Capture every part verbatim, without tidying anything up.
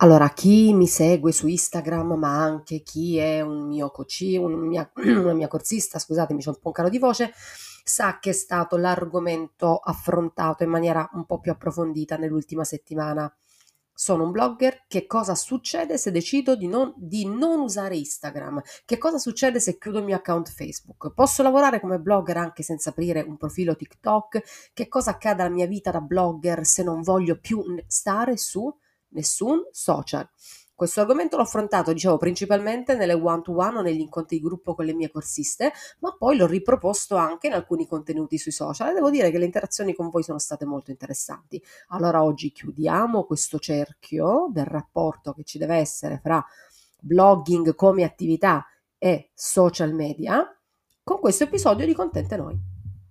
Allora, chi mi segue su Instagram, ma anche chi è un mio coci un mia una mia corsista, scusatemi, c'ho un po' un calo di voce, sa che è stato l'argomento affrontato in maniera un po' più approfondita nell'ultima settimana. Sono un blogger, che cosa succede se decido di non di non usare Instagram? Che cosa succede se chiudo il mio account Facebook? Posso lavorare come blogger anche senza aprire un profilo TikTok? Che cosa accade alla mia vita da blogger se non voglio più n stare su nessun social? Questo argomento l'ho affrontato, dicevo, principalmente nelle one to one o negli incontri di gruppo con le mie corsiste, ma poi l'ho riproposto anche in alcuni contenuti sui social e devo dire che le interazioni con voi sono state molto interessanti. Allora oggi chiudiamo questo cerchio del rapporto che ci deve essere fra blogging come attività e social media con questo episodio di Contente Noi.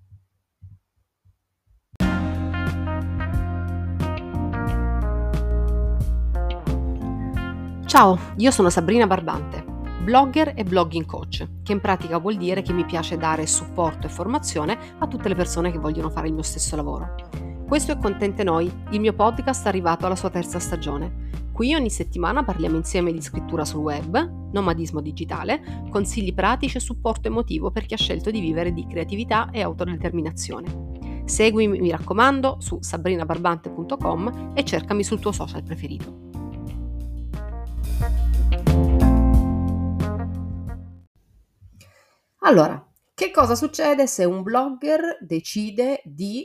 Ciao, io sono Sabrina Barbante, blogger e blogging coach, che in pratica vuol dire che mi piace dare supporto e formazione a tutte le persone che vogliono fare il mio stesso lavoro. Questo è Contente Noi, il mio podcast arrivato alla sua terza stagione. Qui ogni settimana parliamo insieme di scrittura sul web, nomadismo digitale, consigli pratici e supporto emotivo per chi ha scelto di vivere di creatività e autodeterminazione. Seguimi, mi raccomando, su sabrina barbante punto com e cercami sul tuo social preferito. Allora, che cosa succede se un blogger decide di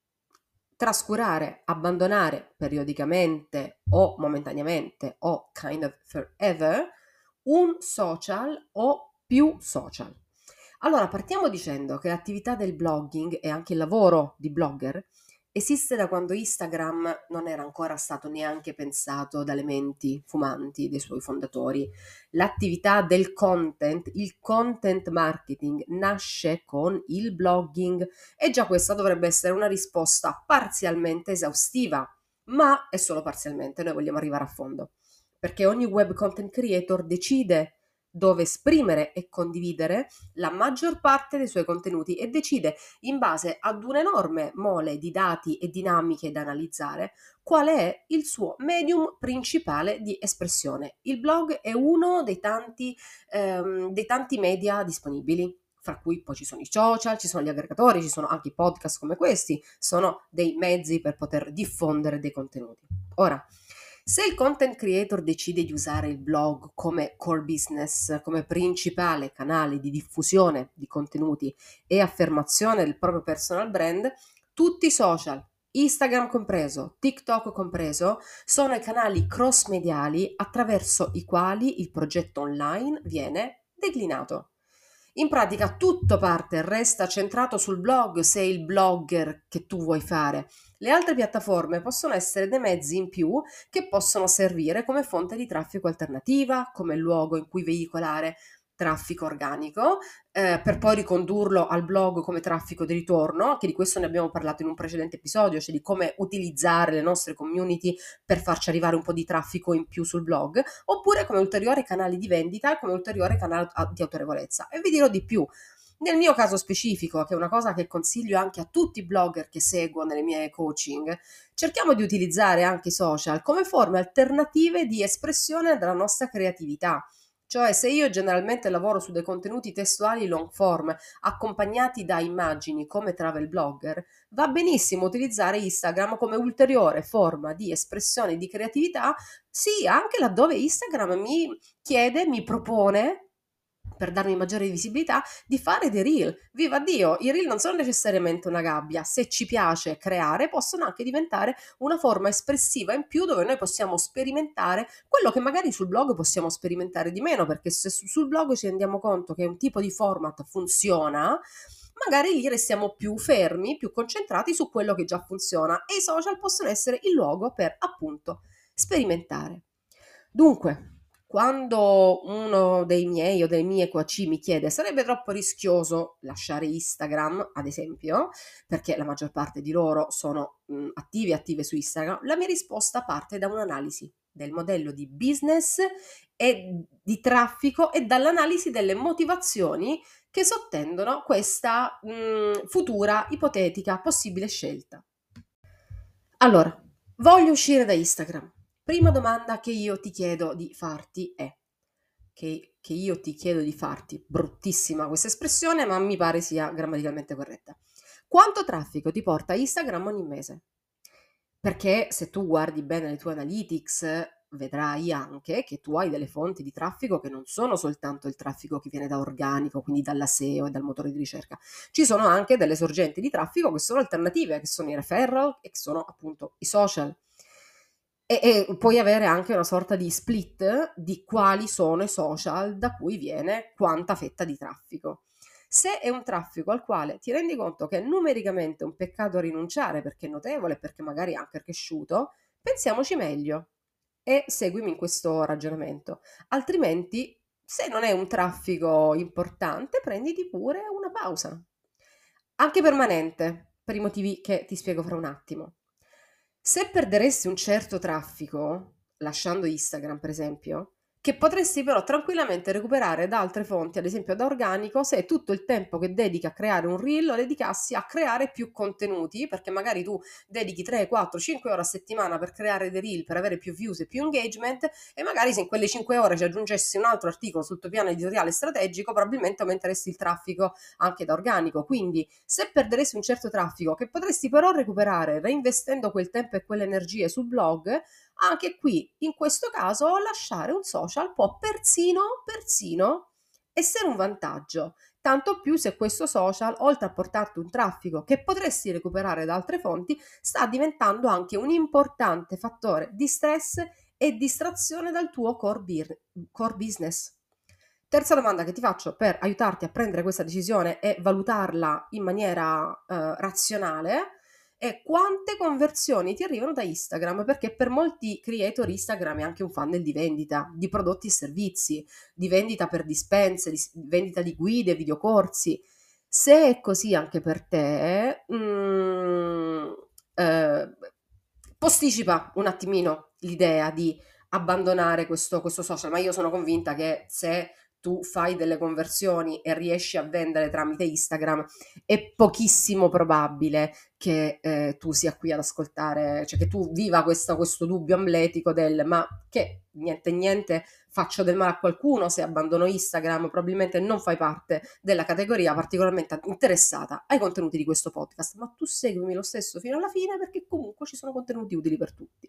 trascurare, abbandonare periodicamente o momentaneamente o kind of forever un social o più social? Allora, partiamo dicendo che l'attività del blogging e anche il lavoro di blogger esiste da quando Instagram non era ancora stato neanche pensato dalle menti fumanti dei suoi fondatori. L'attività del content, il content marketing, nasce con il blogging e già questa dovrebbe essere una risposta parzialmente esaustiva, ma è solo parzialmente, noi vogliamo arrivare a fondo, perché ogni web content creator decide dove esprimere e condividere la maggior parte dei suoi contenuti e decide, in base ad un enorme mole di dati e dinamiche da analizzare, qual è il suo medium principale di espressione. Il blog è uno dei tanti, ehm, dei tanti media disponibili, fra cui poi ci sono i social, ci sono gli aggregatori, ci sono anche i podcast come questi, sono dei mezzi per poter diffondere dei contenuti. Ora, se il content creator decide di usare il blog come core business, come principale canale di diffusione di contenuti e affermazione del proprio personal brand, tutti i social, Instagram compreso, TikTok compreso, sono i canali cross-mediali attraverso i quali il progetto online viene declinato. In pratica tutto parte e resta centrato sul blog se è il blogger che tu vuoi fare. Le altre piattaforme possono essere dei mezzi in più che possono servire come fonte di traffico alternativa, come luogo in cui veicolare traffico organico, eh, per poi ricondurlo al blog come traffico di ritorno. Anche di questo ne abbiamo parlato in un precedente episodio, cioè di come utilizzare le nostre community per farci arrivare un po' di traffico in più sul blog, oppure come ulteriore canale di vendita, come ulteriore canale di autorevolezza. E vi dirò di più. Nel mio caso specifico, che è una cosa che consiglio anche a tutti i blogger che seguo nelle mie coaching, cerchiamo di utilizzare anche i social come forme alternative di espressione della nostra creatività. Cioè, se io generalmente lavoro su dei contenuti testuali long form accompagnati da immagini come travel blogger, va benissimo utilizzare Instagram come ulteriore forma di espressione di creatività, sì, anche laddove Instagram mi chiede, mi propone, per darmi maggiore visibilità, di fare dei reel. Viva Dio, i reel non sono necessariamente una gabbia, se ci piace creare possono anche diventare una forma espressiva in più dove noi possiamo sperimentare quello che magari sul blog possiamo sperimentare di meno, perché se sul blog ci rendiamo conto che un tipo di format funziona, magari lì restiamo più fermi, più concentrati su quello che già funziona e i social possono essere il luogo per appunto sperimentare. Dunque, quando uno dei miei o delle mie coach mi chiede sarebbe troppo rischioso lasciare Instagram, ad esempio, perché la maggior parte di loro sono mh, attivi e attive su Instagram, la mia risposta parte da un'analisi del modello di business e di traffico e dall'analisi delle motivazioni che sottendono questa mh, futura ipotetica possibile scelta. Allora, voglio uscire da Instagram. Prima domanda che io ti chiedo di farti è, che, che io ti chiedo di farti, bruttissima questa espressione, ma mi pare sia grammaticalmente corretta. Quanto traffico ti porta Instagram ogni mese? Perché se tu guardi bene le tue analytics, vedrai anche che tu hai delle fonti di traffico che non sono soltanto il traffico che viene da organico, quindi dalla S E O e dal motore di ricerca. Ci sono anche delle sorgenti di traffico che sono alternative, che sono i referral e che sono appunto i social. E, e puoi avere anche una sorta di split di quali sono i social da cui viene quanta fetta di traffico. Se è un traffico al quale ti rendi conto che numericamente è un peccato rinunciare perché è notevole, perché magari è anche cresciuto, pensiamoci meglio e seguimi in questo ragionamento. Altrimenti, se non è un traffico importante, prenditi pure una pausa, anche permanente, per i motivi che ti spiego fra un attimo. Se perderesti un certo traffico, lasciando Instagram per esempio, che potresti però tranquillamente recuperare da altre fonti, ad esempio da organico, se tutto il tempo che dedichi a creare un reel lo dedicassi a creare più contenuti, perché magari tu dedichi tre, quattro, cinque ore a settimana per creare dei reel, per avere più views e più engagement, e magari se in quelle cinque ore ci aggiungessi un altro articolo sul tuo piano editoriale strategico, probabilmente aumenteresti il traffico anche da organico. Quindi se perderesti un certo traffico che potresti però recuperare reinvestendo quel tempo e quelle energie sul blog, anche qui, in questo caso, lasciare un social può persino, persino essere un vantaggio. Tanto più se questo social, oltre a portarti un traffico che potresti recuperare da altre fonti, sta diventando anche un importante fattore di stress e distrazione dal tuo core, bir- core business. Terza domanda che ti faccio per aiutarti a prendere questa decisione e valutarla in maniera eh, razionale è: quante conversioni ti arrivano da Instagram? Perché per molti creator Instagram è anche un funnel di vendita di prodotti e servizi, di vendita per dispense, di s- vendita di guide, videocorsi. Se è così anche per te, mm, eh, posticipa un attimino l'idea di abbandonare questo, questo social, ma io sono convinta che se tu fai delle conversioni e riesci a vendere tramite Instagram, è pochissimo probabile che eh, tu sia qui ad ascoltare, cioè che tu viva questa, questo dubbio amletico del ma che niente niente faccio del male a qualcuno se abbandono Instagram, probabilmente non fai parte della categoria particolarmente interessata ai contenuti di questo podcast, ma tu seguimi lo stesso fino alla fine perché comunque ci sono contenuti utili per tutti.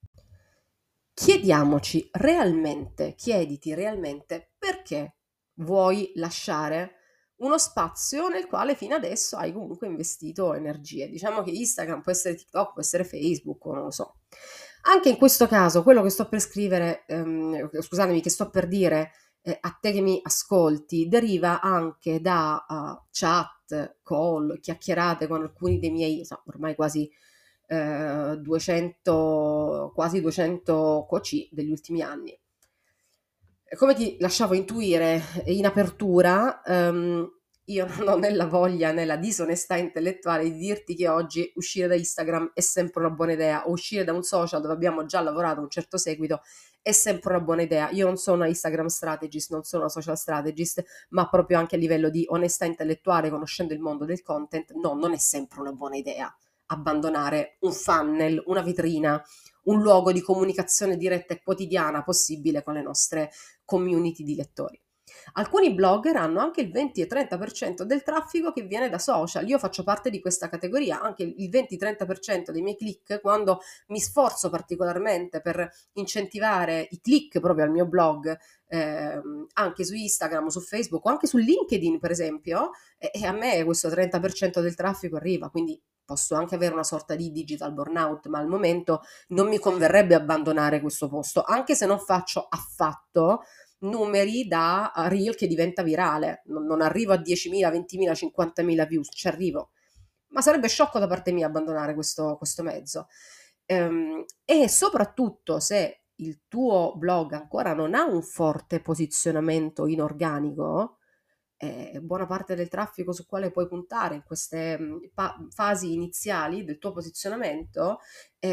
Chiediamoci realmente, chiediti realmente perché vuoi lasciare uno spazio nel quale fino adesso hai comunque investito energie. Diciamo che Instagram può essere TikTok, può essere Facebook, non lo so. Anche in questo caso, quello che sto per scrivere, ehm, scusatemi, che sto per dire eh, a te che mi ascolti, deriva anche da uh, chat, call, chiacchierate con alcuni dei miei, so, ormai quasi eh, duecento, quasi duecento coach degli ultimi anni. Come ti lasciavo intuire in apertura, ehm, io non ho né la voglia né la disonestà intellettuale di dirti che oggi uscire da Instagram è sempre una buona idea, o uscire da un social dove abbiamo già lavorato un certo seguito è sempre una buona idea. Io non sono una Instagram strategist, non sono una social strategist, ma proprio anche a livello di onestà intellettuale, conoscendo il mondo del content, no, non è sempre una buona idea abbandonare un funnel, una vetrina, un luogo di comunicazione diretta e quotidiana possibile con le nostre community di lettori. Alcuni blogger hanno anche il venti e trenta per cento del traffico che viene da social. Io faccio parte di questa categoria, anche il venti trenta per cento dei miei click, quando mi sforzo particolarmente per incentivare i click proprio al mio blog, eh, anche su Instagram, su Facebook o anche su LinkedIn per esempio, e, e a me questo trenta per cento del traffico arriva, quindi posso anche avere una sorta di digital burnout, ma al momento non mi converrebbe abbandonare questo posto, anche se non faccio affatto numeri da reel che diventa virale, non, non arrivo a diecimila, ventimila, cinquantamila views, ci arrivo, ma sarebbe sciocco da parte mia abbandonare questo, questo mezzo. Ehm, e soprattutto se il tuo blog ancora non ha un forte posizionamento in organico, eh, buona parte del traffico su quale puoi puntare in queste mh, pa- fasi iniziali del tuo posizionamento eh,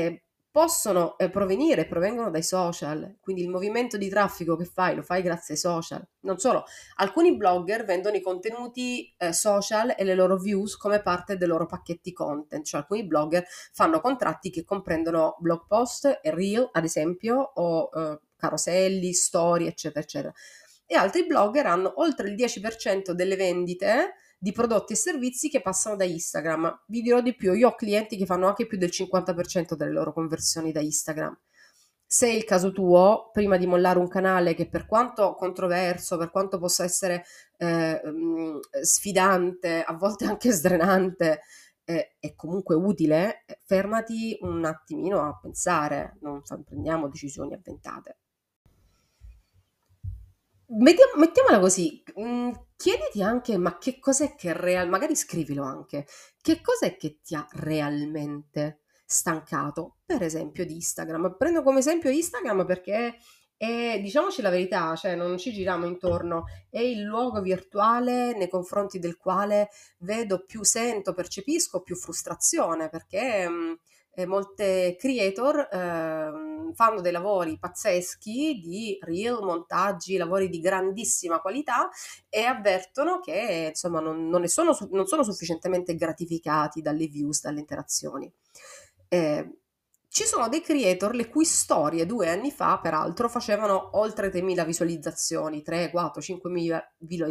possono eh, provenire, provengono dai social, quindi il movimento di traffico che fai lo fai grazie ai social. Non solo, alcuni blogger vendono i contenuti eh, social e le loro views come parte dei loro pacchetti content, cioè alcuni blogger fanno contratti che comprendono blog post e reel, ad esempio, o eh, caroselli, storie, eccetera, eccetera. E altri blogger hanno oltre il dieci per cento delle vendite di prodotti e servizi che passano da Instagram. Vi dirò di più, io ho clienti che fanno anche più del cinquanta per cento delle loro conversioni da Instagram. Se è il caso tuo, prima di mollare un canale che per quanto controverso, per quanto possa essere eh, mh, sfidante, a volte anche sdrenante, eh, è comunque utile, eh, fermati un attimino a pensare, non fa- prendiamo decisioni avventate. Mettiam- Mettiamola così, mm, chiediti anche, ma che cos'è che real, magari scrivilo anche, che cos'è che ti ha realmente stancato, per esempio di Instagram. Prendo come esempio Instagram perché è, diciamoci la verità, cioè non ci giriamo intorno, è il luogo virtuale nei confronti del quale vedo più, sento, percepisco più frustrazione, perché mm, e molte creator ehm, fanno dei lavori pazzeschi di reel, montaggi, lavori di grandissima qualità e avvertono che insomma non, non ne sono, su- non sono sufficientemente gratificati dalle views, dalle interazioni. Eh, Ci sono dei creator le cui storie due anni fa, peraltro, facevano oltre tremila visualizzazioni, tre, quattro, cinquemila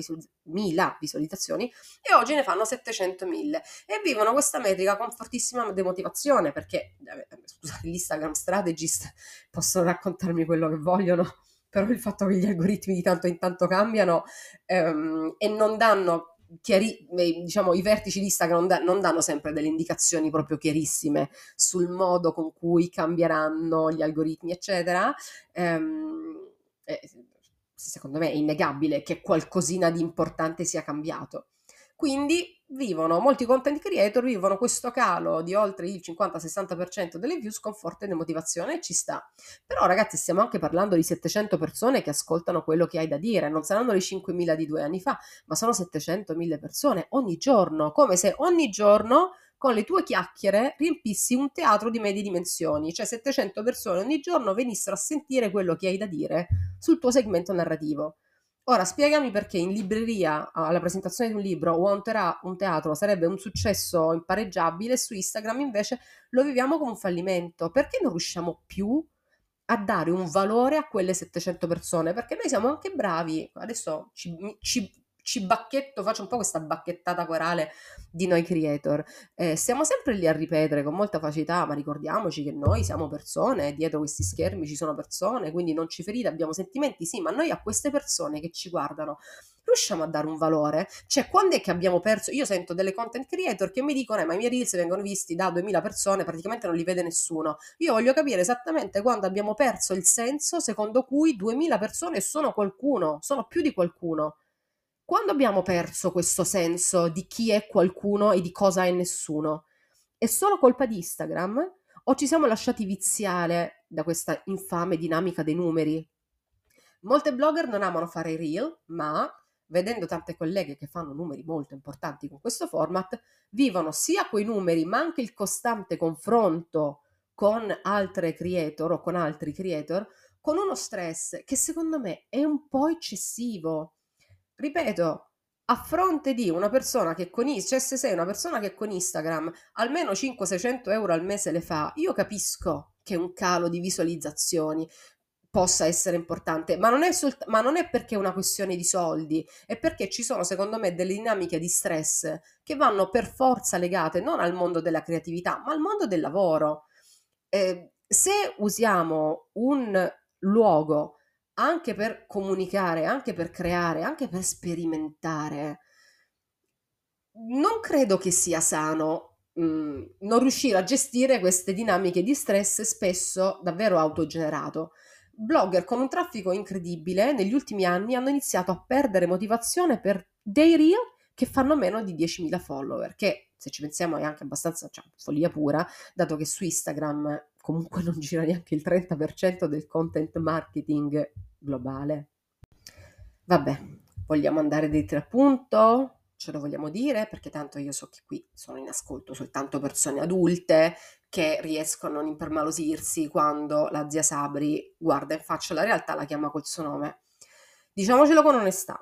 visualizzazioni e oggi ne fanno settecentomila e vivono questa metrica con fortissima demotivazione perché, eh, scusate, gli Instagram strategist possono raccontarmi quello che vogliono, però il fatto che gli algoritmi di tanto in tanto cambiano ehm, e non danno chiari, eh, diciamo, i vertici di Instagram non, da- non danno sempre delle indicazioni proprio chiarissime sul modo con cui cambieranno gli algoritmi, eccetera. ehm, eh, Secondo me è innegabile che qualcosina di importante sia cambiato. Quindi vivono, molti content creator vivono questo calo di oltre il cinquanta-sessanta per cento delle views con forte demotivazione e ci sta. Però ragazzi stiamo anche parlando di settecento persone che ascoltano quello che hai da dire, non saranno le cinquemila di due anni fa, ma sono settecentomila persone ogni giorno, come se ogni giorno con le tue chiacchiere riempissi un teatro di medie dimensioni, cioè settecento persone ogni giorno venissero a sentire quello che hai da dire sul tuo segmento narrativo. Ora, spiegami perché in libreria, alla presentazione di un libro o a un, tera- un teatro sarebbe un successo impareggiabile, su Instagram invece lo viviamo come un fallimento. Perché non riusciamo più a dare un valore a quelle settecento persone? Perché noi siamo anche bravi. Adesso ci, ci- ci bacchetto, faccio un po' questa bacchettata corale di noi creator. Eh, stiamo sempre lì a ripetere con molta facilità, ma ricordiamoci che noi siamo persone, dietro questi schermi ci sono persone, quindi non ci ferite, abbiamo sentimenti, sì, ma noi a queste persone che ci guardano riusciamo a dare un valore? Cioè, quando è che abbiamo perso? Io sento delle content creator che mi dicono, eh, ma i miei reels vengono visti da duemila persone, praticamente non li vede nessuno. Io voglio capire esattamente quando abbiamo perso il senso secondo cui duemila persone sono qualcuno, sono più di qualcuno. Quando abbiamo perso questo senso di chi è qualcuno e di cosa è nessuno? È solo colpa di Instagram? O ci siamo lasciati viziare da questa infame dinamica dei numeri? Molte blogger non amano fare i reel, ma vedendo tante colleghe che fanno numeri molto importanti con questo format, vivono sia quei numeri, ma anche il costante confronto con altre creator o con altri creator, con uno stress che secondo me è un po' eccessivo. Ripeto, a fronte di una persona che con, Is- cioè se sei una persona che con Instagram almeno cinquecento-seicento euro al mese le fa, io capisco che un calo di visualizzazioni possa essere importante, ma non è, solt- ma non è perché è una questione di soldi, è perché ci sono secondo me delle dinamiche di stress che vanno per forza legate non al mondo della creatività, ma al mondo del lavoro. Eh, se usiamo un luogo anche per comunicare, anche per creare, anche per sperimentare, non credo che sia sano, mhmm, non riuscire a gestire queste dinamiche di stress spesso davvero autogenerato. Blogger con un traffico incredibile negli ultimi anni hanno iniziato a perdere motivazione per dei reel che fanno meno di diecimila follower, che se ci pensiamo è anche abbastanza, cioè, follia pura, dato che su Instagram comunque non gira neanche il trenta per cento del content marketing globale. Vabbè, vogliamo andare dritti al punto? ce lo vogliamo dire? Perché tanto io so che qui sono in ascolto soltanto persone adulte che riescono a non impermalosirsi quando la zia Sabri guarda in faccia la realtà, la chiama col suo nome. Diciamocelo con onestà.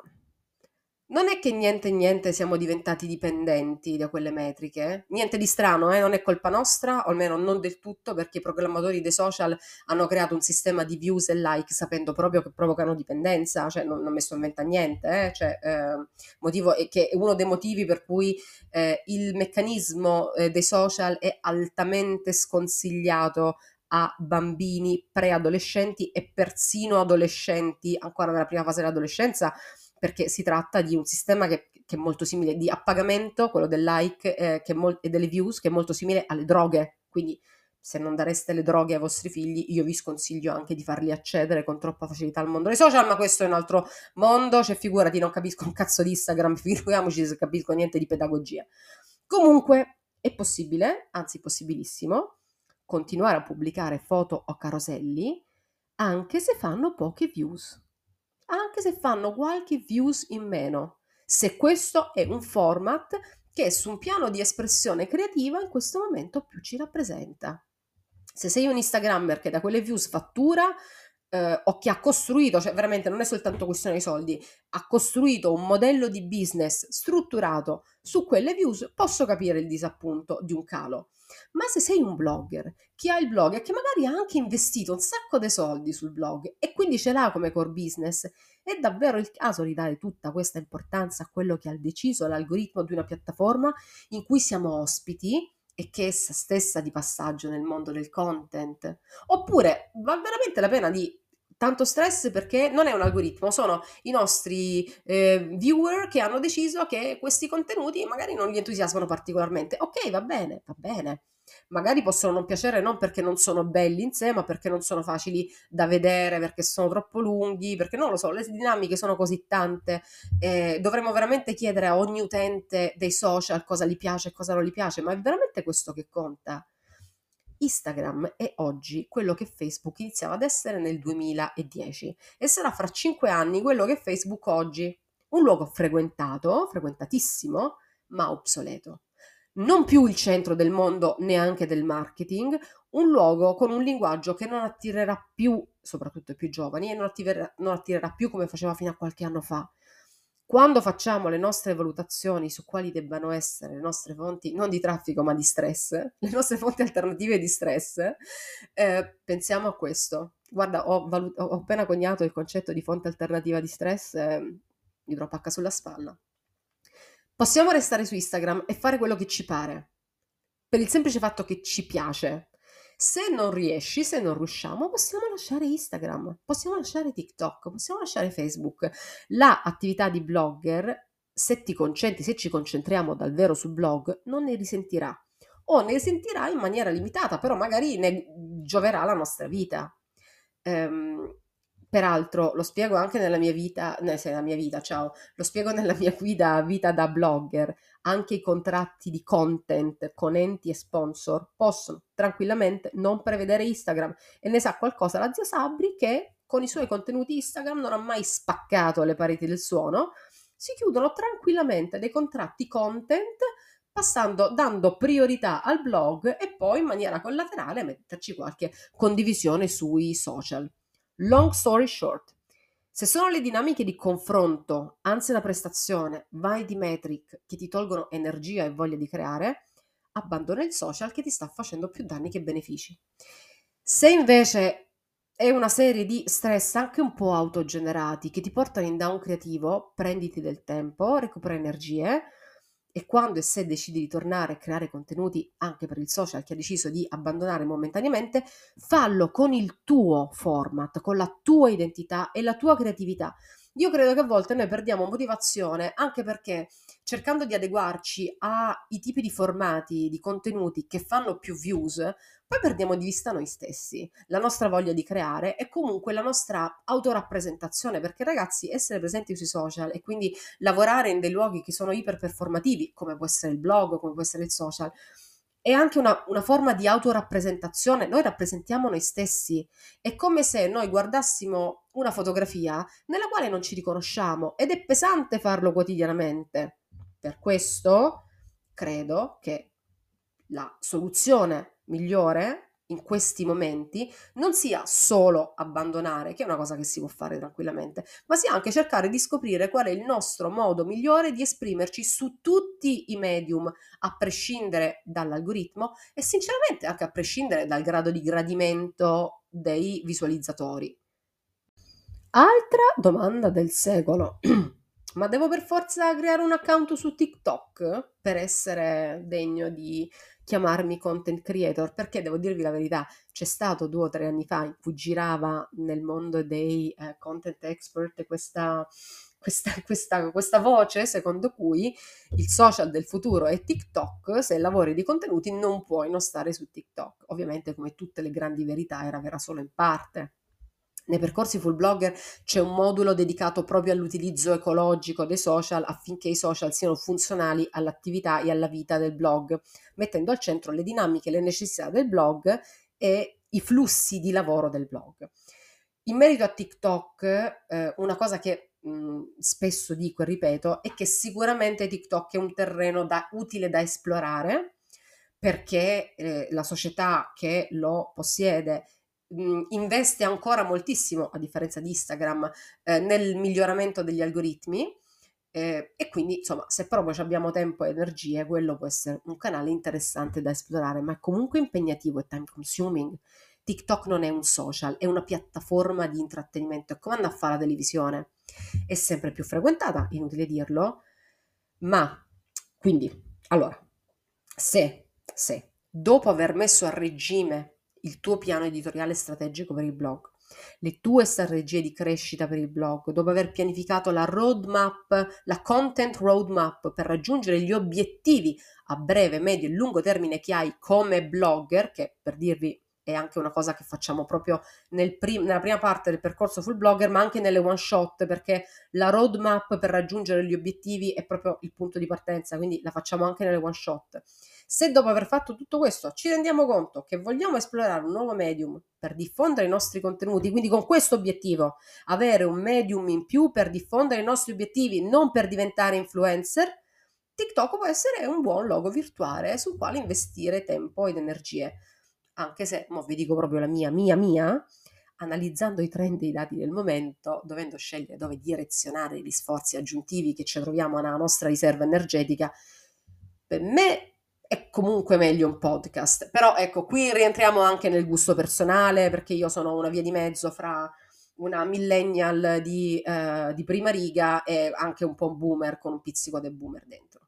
Non è che niente niente siamo diventati dipendenti da quelle metriche, niente di strano, eh, non è colpa nostra, o almeno non del tutto, perché i programmatori dei social hanno creato un sistema di views e like sapendo proprio che provocano dipendenza, cioè non, non mi sto inventando niente, eh, cioè, eh, motivo, è che è uno dei motivi per cui eh, il meccanismo eh, dei social è altamente sconsigliato a bambini preadolescenti e persino adolescenti ancora nella prima fase dell'adolescenza, perché si tratta di un sistema che, che è molto simile di appagamento, quello del like eh, che mol- e delle views, che è molto simile alle droghe. Quindi se non dareste le droghe ai vostri figli, io vi sconsiglio anche di farli accedere con troppa facilità al mondo dei social, ma questo è un altro mondo, cioè figurati, non capisco un cazzo di Instagram, figuriamoci se capisco niente di pedagogia. Comunque è possibile, anzi possibilissimo, continuare a pubblicare foto o caroselli anche se fanno poche views, anche se fanno qualche views in meno, se questo è un format che su un piano di espressione creativa in questo momento più ci rappresenta. Se sei un Instagrammer che da quelle views fattura, eh, o che ha costruito, cioè veramente non è soltanto questione di soldi, ha costruito un modello di business strutturato su quelle views, posso capire il disappunto di un calo. Ma se sei un blogger, chi ha il blog e che magari ha anche investito un sacco di soldi sul blog e quindi ce l'ha come core business, è davvero il caso di dare tutta questa importanza a quello che ha deciso l'algoritmo di una piattaforma in cui siamo ospiti e che essa stessa di passaggio nel mondo del content? Oppure vale veramente la pena di tanto stress perché non è un algoritmo, sono i nostri eh, viewer che hanno deciso che questi contenuti magari non li entusiasmano particolarmente. Ok, va bene, va bene. Magari possono non piacere non perché non sono belli in sé, ma perché non sono facili da vedere, perché sono troppo lunghi, perché non lo so, le dinamiche sono così tante. Eh, dovremmo veramente chiedere a ogni utente dei social cosa gli piace e cosa non gli piace, ma è veramente questo che conta? Instagram è oggi quello che Facebook iniziava ad essere nel duemiladieci e sarà fra cinque anni quello che è Facebook oggi, un luogo frequentato, frequentatissimo, ma obsoleto. Non più il centro del mondo neanche del marketing, un luogo con un linguaggio che non attirerà più, soprattutto i più giovani, e non attirerà, non attirerà più come faceva fino a qualche anno fa. Quando facciamo le nostre valutazioni su quali debbano essere le nostre fonti, non di traffico ma di stress, le nostre fonti alternative di stress, eh, pensiamo a questo. Guarda, ho, valu- ho appena coniato il concetto di fonte alternativa di stress, eh, mi do una pacca sulla spalla. Possiamo restare su Instagram e fare quello che ci pare, per il semplice fatto che ci piace. Se non riesci, se non riusciamo, possiamo lasciare Instagram, possiamo lasciare TikTok, possiamo lasciare Facebook. La attività di blogger, se ti concentri, se ci concentriamo davvero sul blog, non ne risentirà. O ne risentirà in maniera limitata, però magari ne gioverà la nostra vita. Ehm, Peraltro, lo spiego anche nella mia vita, nella nella mia vita, ciao, lo spiego nella mia guida vita da blogger, anche i contratti di content con enti e sponsor possono tranquillamente non prevedere Instagram e ne sa qualcosa la zia Sabri che con i suoi contenuti Instagram non ha mai spaccato le pareti del suono, si chiudono tranquillamente dei contratti content passando, dando priorità al blog e poi in maniera collaterale metterci qualche condivisione sui social. Long story short, se sono le dinamiche di confronto, anzi la prestazione, vai di metric che ti tolgono energia e voglia di creare, abbandona il social che ti sta facendo più danni che benefici. Se invece è una serie di stress anche un po' autogenerati che ti portano in down creativo, prenditi del tempo, recupera energie e quando e se decidi di tornare a creare contenuti anche per il social che hai deciso di abbandonare momentaneamente, fallo con il tuo format, con la tua identità e la tua creatività. Io credo che a volte noi perdiamo motivazione anche perché cercando di adeguarci ai tipi di formati, di contenuti che fanno più views, poi perdiamo di vista noi stessi, la nostra voglia di creare e comunque la nostra autorappresentazione, perché ragazzi, essere presenti sui social e quindi lavorare in dei luoghi che sono iperperformativi, come può essere il blog, come può essere il social, è anche una, una forma di autorappresentazione. Noi rappresentiamo noi stessi. È come se noi guardassimo una fotografia nella quale non ci riconosciamo ed è pesante farlo quotidianamente. Per questo credo che la soluzione migliore in questi momenti non sia solo abbandonare, che è una cosa che si può fare tranquillamente, ma sia anche cercare di scoprire qual è il nostro modo migliore di esprimerci su tutti i medium, a prescindere dall'algoritmo e sinceramente anche a prescindere dal grado di gradimento dei visualizzatori. Altra domanda del secolo. Ma devo per forza creare un account su TikTok per essere degno di chiamarmi content creator? Perché devo dirvi la verità, c'è stato due o tre anni fa in cui girava nel mondo dei eh, content expert questa, questa, questa, questa voce secondo cui il social del futuro è TikTok, se lavori di contenuti non puoi non stare su TikTok. Ovviamente, come tutte le grandi verità, era vera solo in parte. Nei percorsi full blogger c'è un modulo dedicato proprio all'utilizzo ecologico dei social affinché i social siano funzionali all'attività e alla vita del blog, mettendo al centro le dinamiche e le necessità del blog e i flussi di lavoro del blog. In merito a TikTok, eh, una cosa che mh, spesso dico e ripeto è che sicuramente TikTok è un terreno da, utile da esplorare perché eh, la società che lo possiede mh, investe ancora moltissimo, a differenza di Instagram, eh, nel miglioramento degli algoritmi eh, e quindi insomma se proprio abbiamo tempo e energie quello può essere un canale interessante da esplorare, ma è comunque impegnativo e time consuming. TikTok non è un social, è una piattaforma di intrattenimento, è come andare a fare la televisione, è sempre più frequentata, inutile dirlo, ma quindi allora se, se dopo aver messo a regime il tuo piano editoriale strategico per il blog, le tue strategie di crescita per il blog, dopo aver pianificato la roadmap, la content roadmap per raggiungere gli obiettivi a breve, medio e lungo termine che hai come blogger, che per dirvi è anche una cosa che facciamo proprio nel prim- nella prima parte del percorso full blogger, ma anche nelle one shot, perché la roadmap per raggiungere gli obiettivi è proprio il punto di partenza, quindi la facciamo anche nelle one shot. Se dopo aver fatto tutto questo ci rendiamo conto che vogliamo esplorare un nuovo medium per diffondere i nostri contenuti, quindi con questo obiettivo, avere un medium in più per diffondere i nostri obiettivi, non per diventare influencer, TikTok può essere un buon logo virtuale sul quale investire tempo ed energie. Anche se, mo vi dico proprio la mia, mia, mia, analizzando i trend e i dati del momento, dovendo scegliere dove direzionare gli sforzi aggiuntivi che ci troviamo nella nostra riserva energetica, per me è comunque meglio un podcast. Però ecco, qui rientriamo anche nel gusto personale, perché io sono una via di mezzo fra una millennial di, eh, di prima riga e anche un po' un boomer con un pizzico del boomer dentro.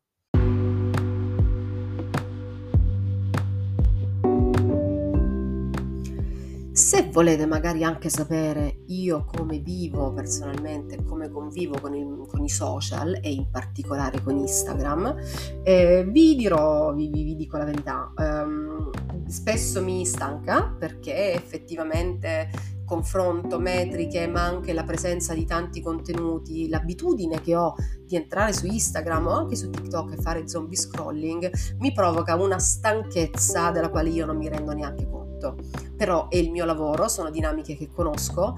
Se volete magari anche sapere io come vivo personalmente, come convivo con, il, con i social e in particolare con Instagram, eh, vi dirò, vi, vi, vi dico la verità, um, spesso mi stanca perché effettivamente confronto metriche, ma anche la presenza di tanti contenuti, l'abitudine che ho di entrare su Instagram o anche su TikTok e fare zombie scrolling mi provoca una stanchezza della quale io non mi rendo neanche conto. Però è il mio lavoro, sono dinamiche che conosco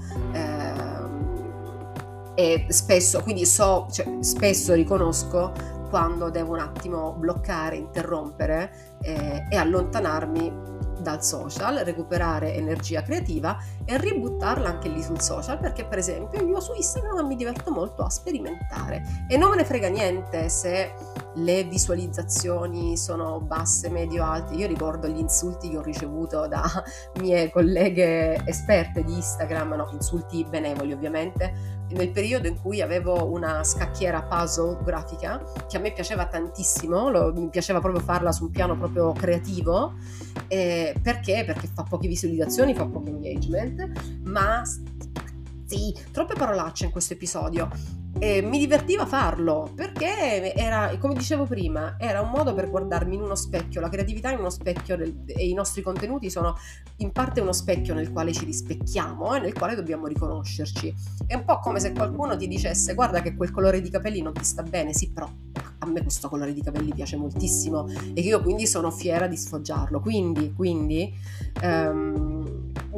ehm, e spesso, quindi so, cioè, spesso riconosco quando devo un attimo bloccare, interrompere eh, e allontanarmi dal social, recuperare energia creativa e ributtarla anche lì sul social, perché per esempio io su Instagram mi diverto molto a sperimentare e non me ne frega niente se le visualizzazioni sono basse, medio, alte. Io ricordo gli insulti che ho ricevuto da mie colleghe esperte di Instagram, no, insulti benevoli ovviamente, nel periodo in cui avevo una scacchiera puzzle grafica che a me piaceva tantissimo, lo, mi piaceva proprio farla su un piano proprio creativo, eh, perché? Perché fa poche visualizzazioni, fa poco engagement, ma sì, troppe parolacce in questo episodio. E mi divertiva farlo perché era, come dicevo prima, era un modo per guardarmi in uno specchio, la creatività in uno specchio del, e i nostri contenuti sono in parte uno specchio nel quale ci rispecchiamo e nel quale dobbiamo riconoscerci. È un po' come se qualcuno ti dicesse: guarda che quel colore di capelli non ti sta bene. Sì, però a me questo colore di capelli piace moltissimo e che io quindi sono fiera di sfoggiarlo. Quindi, quindi um,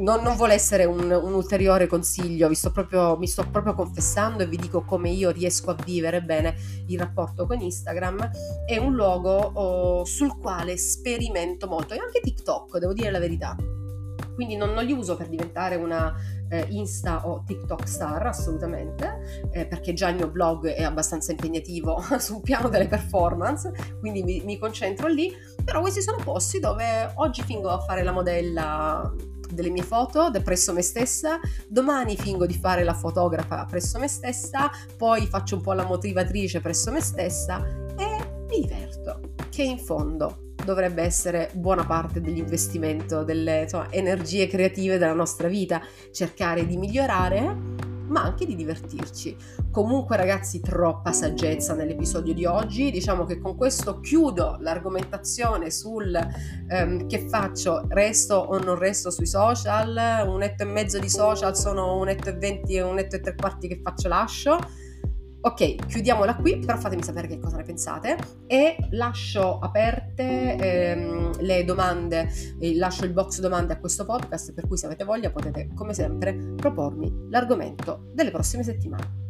non, non vuole essere un, un ulteriore consiglio, vi sto proprio, mi sto proprio confessando e vi dico come io riesco a vivere bene il rapporto con Instagram. È un luogo oh, sul quale sperimento molto, e anche TikTok, devo dire la verità. Quindi non, non li uso per diventare una eh, Insta o TikTok star, assolutamente, eh, perché già il mio blog è abbastanza impegnativo sul piano delle performance, quindi mi, mi concentro lì. Però questi sono posti dove oggi fingo a fare la modella delle mie foto presso me stessa, domani fingo di fare la fotografa presso me stessa, poi faccio un po' la motivatrice presso me stessa e mi diverto, che in fondo dovrebbe essere buona parte dell'investimento delle insomma, energie creative della nostra vita, cercare di migliorare ma anche di divertirci. Comunque ragazzi, troppa saggezza nell'episodio di oggi, diciamo che con questo chiudo l'argomentazione sul ehm, che faccio, resto o non resto sui social, un etto e mezzo di social sono un etto e venti e un etto e tre quarti che faccio lascio. Ok, chiudiamola qui, però fatemi sapere che cosa ne pensate e lascio aperte ehm, le domande, eh, lascio il box domande a questo podcast, per cui se avete voglia potete come sempre propormi l'argomento delle prossime settimane.